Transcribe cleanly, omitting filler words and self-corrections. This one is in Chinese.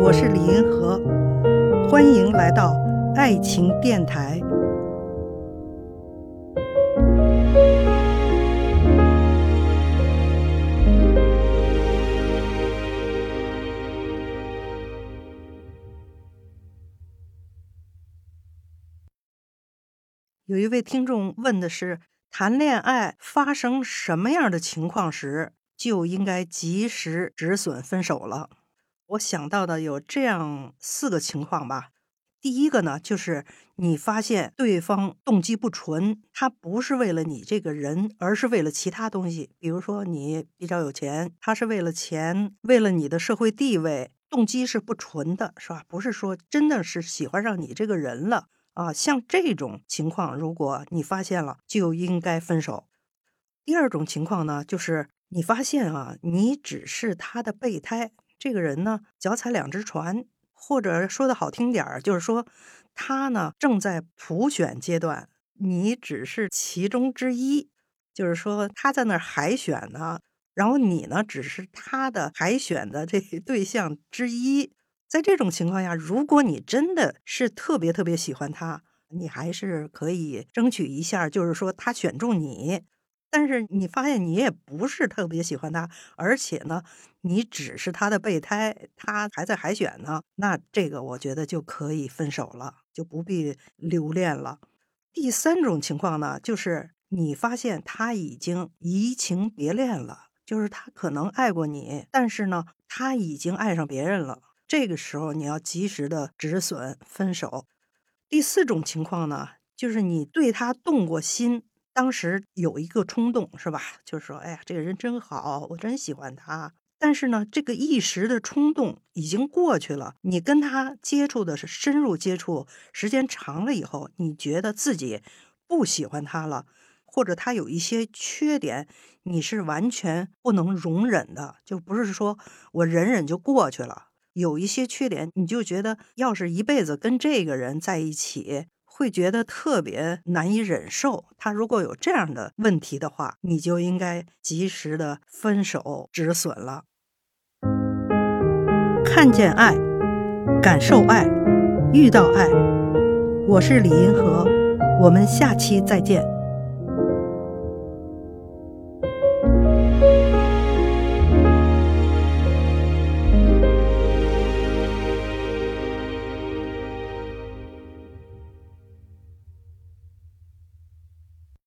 我是李银河，欢迎来到爱情电台。有一位听众问的是，谈恋爱发生什么样的情况时就应该及时止损分手了？我想到的有这样4个情况吧。第一个呢，就是你发现对方动机不纯，他不是为了你这个人，而是为了其他东西。比如说你比较有钱，他是为了钱，为了你的社会地位，动机是不纯的，是吧？不是说真的是喜欢上你这个人了啊。像这种情况，如果你发现了，就应该分手。第二种情况呢，就是你发现你只是他的备胎，这个人呢脚踩2只船，或者说的好听点儿，就是说他呢正在普选阶段，你只是其中之一，就是说他在那儿海选呢，然后你呢只是他的海选的这个对象之一。在这种情况下，如果你真的是特别特别喜欢他，你还是可以争取一下，就是说他选中你。但是你发现你也不是特别喜欢他，而且呢，你只是他的备胎，他还在海选呢，那这个我觉得就可以分手了，就不必留恋了。第3种情况呢，就是你发现他已经移情别恋了，就是他可能爱过你，但是呢，他已经爱上别人了，这个时候你要及时的止损分手。第4种情况呢，就是你对他动过心，当时有一个冲动，是吧？就是说，哎呀，这个人真好，我真喜欢他。但是呢，这个一时的冲动已经过去了。你跟他接触的是深入接触，时间长了以后，你觉得自己不喜欢他了，或者他有一些缺点，你是完全不能容忍的，就不是说我忍忍就过去了。有一些缺点，你就觉得要是一辈子跟这个人在一起，会觉得特别难以忍受。他如果有这样的问题的话，你就应该及时的分手止损了。看见爱，感受爱，遇到爱。我是李银河，我们下期再见。